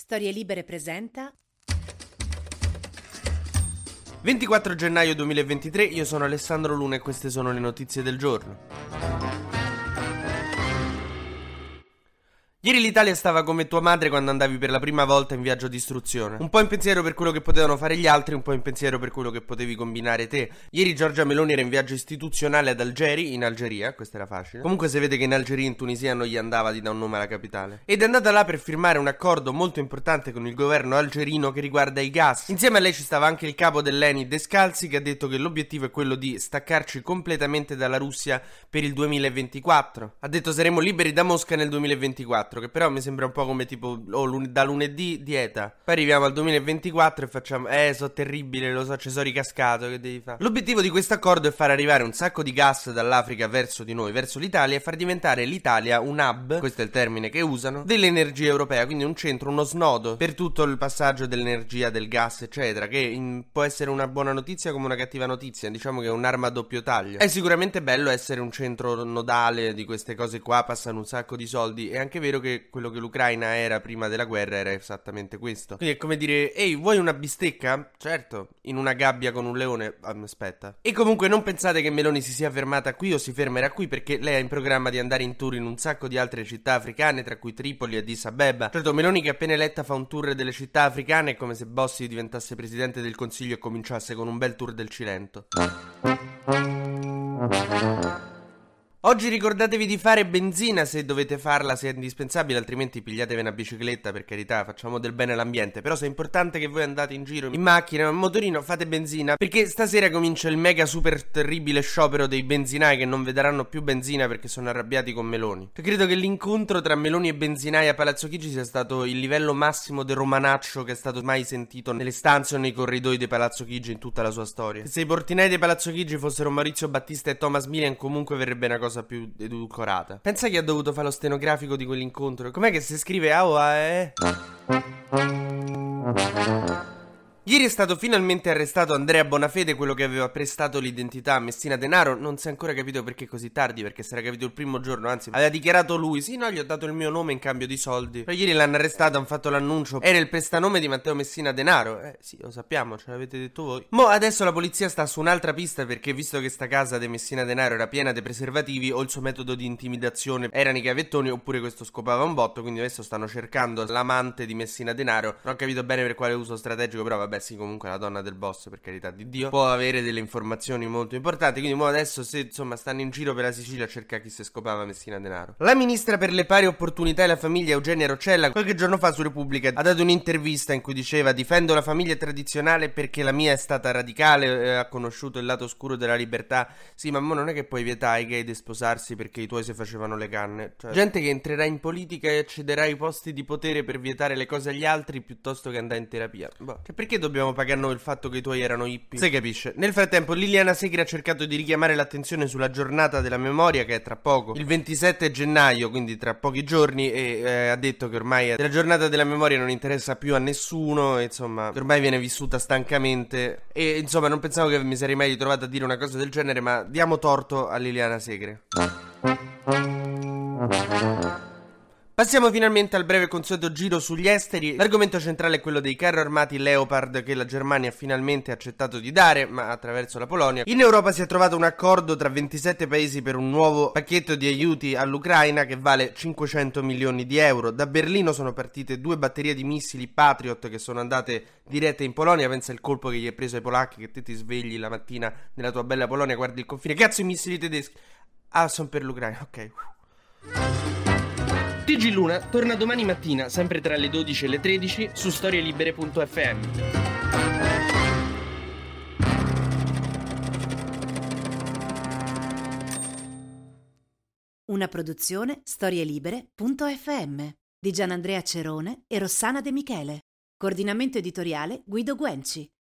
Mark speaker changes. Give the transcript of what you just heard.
Speaker 1: Storie Libere presenta
Speaker 2: 24 gennaio 2023, io sono Alessandro Luna e queste sono le notizie del giorno. Ieri l'Italia stava come tua madre quando andavi per la prima volta in viaggio di istruzione. Un po' in pensiero per quello che potevano fare gli altri, un po' in pensiero per quello che potevi combinare te. Ieri Giorgia Meloni era in viaggio istituzionale ad Algeri, in Algeria, questa era facile. Comunque si vede che in Algeria e in Tunisia non gli andava di dare un nome alla capitale. Ed è andata là per firmare un accordo molto importante con il governo algerino che riguarda i gas. Insieme a lei ci stava anche il capo dell'ENI Descalzi, che ha detto che l'obiettivo è quello di staccarci completamente dalla Russia per il 2024. Ha detto saremo liberi da Mosca nel 2024. Che però mi sembra un po' come tipo da lunedì dieta. Poi arriviamo al 2024 e facciamo so terribile, lo so, ci sono ricascato, che devi fare? L'obiettivo di questo accordo è far arrivare un sacco di gas dall'Africa verso di noi, verso l'Italia, e far diventare l'Italia un hub, questo è il termine che usano, dell'energia europea, quindi un centro, uno snodo per tutto il passaggio dell'energia, del gas eccetera, che può essere una buona notizia come una cattiva notizia, diciamo che è un'arma a doppio taglio. È sicuramente bello essere un centro nodale di queste cose qua, passano un sacco di soldi. È anche vero che quello che l'Ucraina era prima della guerra era esattamente questo. Quindi è come dire: ehi, vuoi una bistecca? Certo, in una gabbia con un leone. Aspetta. E comunque non pensate che Meloni si sia fermata qui o si fermerà qui, perché lei ha in programma di andare in tour in un sacco di altre città africane, tra cui Tripoli e Addis Abeba. Certo, Meloni che appena eletta fa un tour delle città africane, è come se Bossi diventasse presidente del consiglio e cominciasse con un bel tour del Cilento. Oggi ricordatevi di fare benzina se dovete farla, se è indispensabile, altrimenti pigliatevi una bicicletta, per carità, facciamo del bene all'ambiente. Però se è importante che voi andate in giro in macchina, in motorino, fate benzina, perché stasera comincia il mega super terribile sciopero dei benzinai che non vedranno più benzina perché sono arrabbiati con Meloni. Io credo che l'incontro tra Meloni e benzinai a Palazzo Chigi sia stato il livello massimo del romanaccio che è stato mai sentito nelle stanze o nei corridoi di Palazzo Chigi in tutta la sua storia. Se i portinai di Palazzo Chigi fossero Maurizio Battista e Thomas Milian, comunque verrebbe una cosa più edulcorata. Pensa chi ha dovuto fare lo stenografico di quell'incontro. Com'è che si scrive Ieri è stato finalmente arrestato Andrea Bonafede, quello che aveva prestato l'identità a Messina Denaro. Non si è ancora capito perché così tardi, perché si era capito il primo giorno, anzi aveva dichiarato lui: sì, no, gli ho dato il mio nome in cambio di soldi. Però ieri l'hanno arrestato, hanno fatto l'annuncio, era il prestanome di Matteo Messina Denaro. Sì, lo sappiamo, ce l'avete detto voi. Mo' adesso la polizia sta su un'altra pista, perché visto che sta casa di Messina Denaro era piena di preservativi, o il suo metodo di intimidazione erano i cavettoni, oppure questo scopava un botto, quindi adesso stanno cercando l'amante di Messina Denaro. Non ho capito bene per quale uso strategico, però vabbè, sì, comunque la donna del boss, per carità di Dio, può avere delle informazioni molto importanti. Quindi mo adesso, se insomma stanno in giro per la Sicilia a cercare chi si scopava Messina Denaro. La ministra per le pari opportunità e la famiglia Eugenia Roccella qualche giorno fa su Repubblica ha dato un'intervista in cui diceva: difendo la famiglia tradizionale perché la mia è stata radicale, ha conosciuto il lato oscuro della libertà. Sì, ma mo non è che puoi vietare ai gay di sposarsi perché i tuoi si facevano le canne. Cioè, gente che entrerà in politica e accederà ai posti di potere per vietare le cose agli altri piuttosto che andare in terapia. Cioè, perché dobbiamo pagare noi il fatto che i tuoi erano hippie? Si capisce. Nel frattempo Liliana Segre ha cercato di richiamare l'attenzione sulla giornata della memoria, che è tra poco, il 27 gennaio, quindi tra pochi giorni, e ha detto che ormai la giornata della memoria non interessa più a nessuno, e insomma che ormai viene vissuta stancamente, e insomma non pensavo che mi sarei mai ritrovato a dire una cosa del genere, ma diamo torto a Liliana Segre. Passiamo finalmente al breve consueto giro sugli esteri. L'argomento centrale è quello dei carri armati Leopard che la Germania ha finalmente accettato di dare, ma attraverso la Polonia. In Europa si è trovato un accordo tra 27 paesi per un nuovo pacchetto di aiuti all'Ucraina che vale 500 milioni di euro. Da Berlino sono partite 2 batterie di missili Patriot che sono andate dirette in Polonia. Pensa il colpo che gli è preso ai polacchi, che te ti svegli la mattina nella tua bella Polonia, guardi il confine, cazzo, i missili tedeschi. Ah, sono per l'Ucraina, ok.
Speaker 3: TG Luna torna domani mattina, sempre tra le 12 e le 13, su storielibere.fm.
Speaker 1: Una produzione storielibere.fm di Gianandrea Cerone e Rossana De Michele. Coordinamento editoriale Guido Guenci.